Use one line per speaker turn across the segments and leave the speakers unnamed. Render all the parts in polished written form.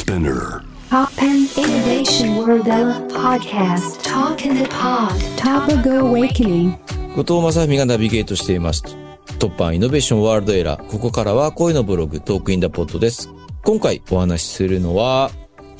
Spinner
Poppen Innovation World Podcast Talk in the Pod Topago Awakening
後藤正文がナビゲートしています突破イノベーションワールドエラー。ここからは声のブログトークインダポッドです。今回お話しするのは、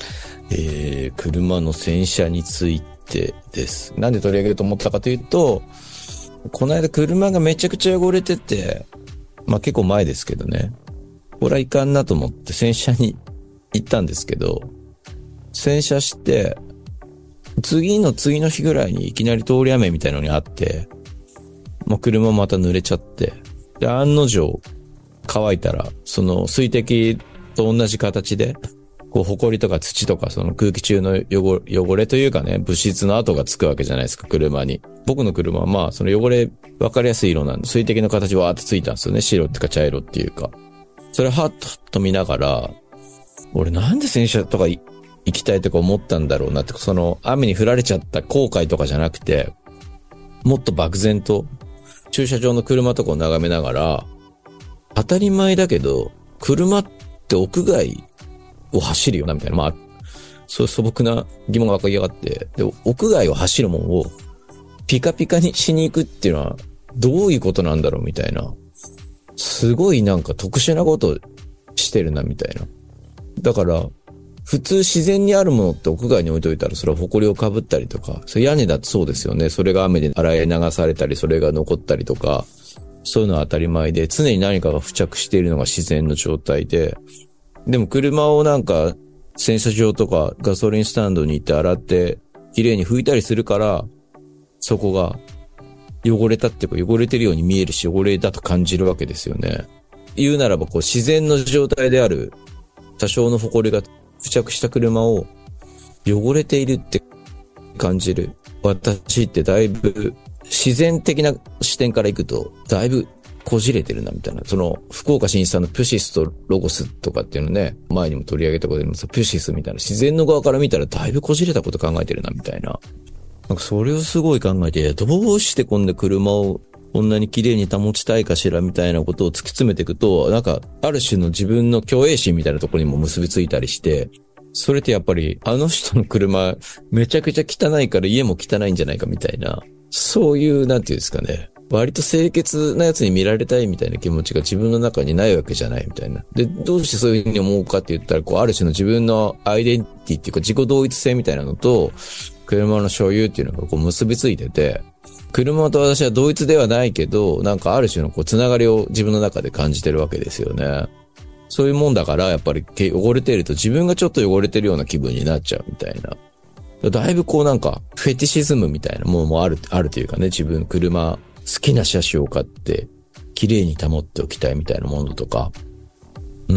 車の洗車についてです。なんで取り上げると思ったかというと、この間車がめちゃくちゃ汚れてて、結構前ですけどね。これはいかんなと思って洗車に行ったんですけど、洗車して、次の日ぐらいにいきなり通り雨みたいなのにあって、車また濡れちゃって、で、案の定、乾いたら、その水滴と同じ形で、埃とか土とか、その空気中の汚れというかね、物質の跡がつくわけじゃないですか、車に。僕の車はその汚れ、わかりやすい色なんで、水滴の形わーってついたんですよね、白ってか茶色っていうか。それはっと見ながら、俺なんで洗車とか行きたいとか思ったんだろうなって、その雨に降られちゃった後悔とかじゃなくて、もっと漠然と、駐車場の車とかを眺めながら、当たり前だけど、車って屋外を走るよな、みたいな。そういう素朴な疑問が湧き上がって、で、屋外を走るもんをピカピカにしに行くっていうのは、どういうことなんだろう、みたいな。すごいなんか特殊なことしてるな、みたいな。だから、普通自然にあるものって屋外に置いといたらそれは埃をかぶったりとか、それ屋根だってそうですよね。それが雨で洗い流されたり、それが残ったりとか、そういうのは当たり前で、常に何かが付着しているのが自然の状態で、でも車をなんか洗車場とかガソリンスタンドに行って洗って綺麗に拭いたりするから、そこが汚れたっていうか汚れてるように見えるし、汚れだと感じるわけですよね。言うならば自然の状態である多少の埃が付着した車を汚れているって感じる私ってだいぶ自然的な視点からいくとだいぶこじれてるなみたいな。その福岡伸一さんのプシスとロゴスとかっていうのね、前にも取り上げたことあります。プシスみたいな自然の側から見たらだいぶこじれたこと考えてるなみたいな。なんかそれをすごい考えて、どうしてこんな車をこんなに綺麗に保ちたいかしらみたいなことを突き詰めていくと、なんかある種の自分の虚栄心みたいなところにも結びついたりして、それってやっぱりあの人の車めちゃくちゃ汚いから家も汚いんじゃないかみたいな、そういうなんていうんですかね、割と清潔なやつに見られたいみたいな気持ちが自分の中にないわけじゃないみたいな。で、どうしてそういうふうに思うかって言ったら、ある種の自分のアイデンティティっていうか自己同一性みたいなのと、車の所有っていうのが結びついてて、車と私は同一ではないけど、なんかある種のつながりを自分の中で感じてるわけですよね。そういうもんだから、やっぱり汚れていると自分がちょっと汚れてるような気分になっちゃうみたいな。だいぶなんか、フェティシズムみたいなものもあるというかね、自分車、好きな車種を買って、綺麗に保っておきたいみたいなものとか。こう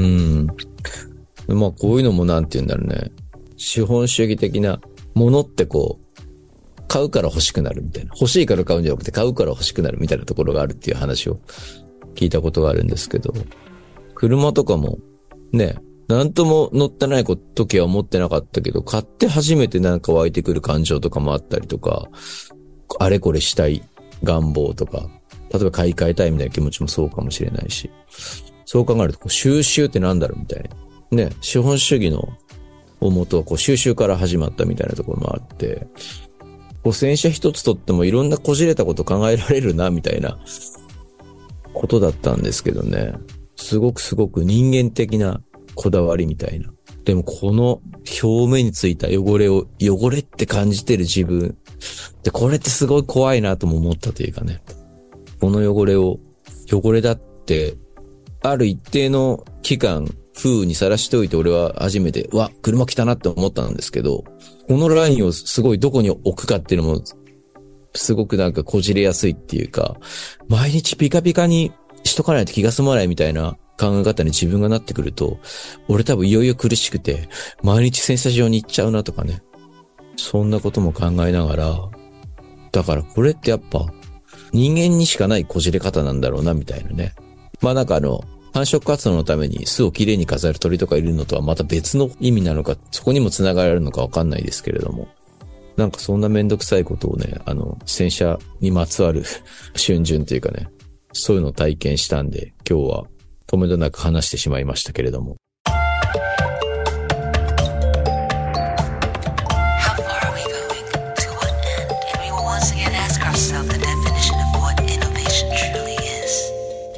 いうのもなんて言うんだろうね。資本主義的なものって買うから欲しくなるみたいな。欲しいから買うんじゃなくて買うから欲しくなるみたいなところがあるっていう話を聞いたことがあるんですけど、車とかもね、なんとも乗ってない時は思ってなかったけど、買って初めてなんか湧いてくる感情とかもあったりとか、あれこれしたい願望とか、例えば買い替えたいみたいな気持ちもそうかもしれないし、そう考えると収集ってなんだろうみたいな。ね、資本主義の大元は収集から始まったみたいなところもあって、洗車一つとってもいろんなこじれたこと考えられるなみたいなことだったんですけどね。すごく人間的なこだわりみたいな。でもこの表面についた汚れって感じてる自分で、これってすごい怖いなとも思ったというかね。この汚れだってある一定の期間風雨にさらしておいて、俺は初めて車来たなって思ったんですけど、このラインをすごいどこに置くかっていうのもすごくなんかこじれやすいっていうか、毎日ピカピカにしとかないと気が済まないみたいな考え方に自分がなってくると、俺多分いよいよ苦しくて毎日洗車場に行っちゃうなとかね、そんなことも考えながら、だからこれってやっぱ人間にしかないこじれ方なんだろうなみたいなね。なんか繁殖活動のために巣をきれいに飾る鳥とかいるのとはまた別の意味なのか、そこにも繋がれるのかわかんないですけれども。なんかそんなめんどくさいことをね、洗車にまつわる春巡というかね、そういうのを体験したんで、今日は止めどなく話してしまいましたけれども。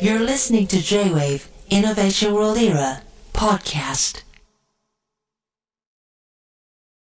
You're listening to J-Wave Innovation World Era podcast.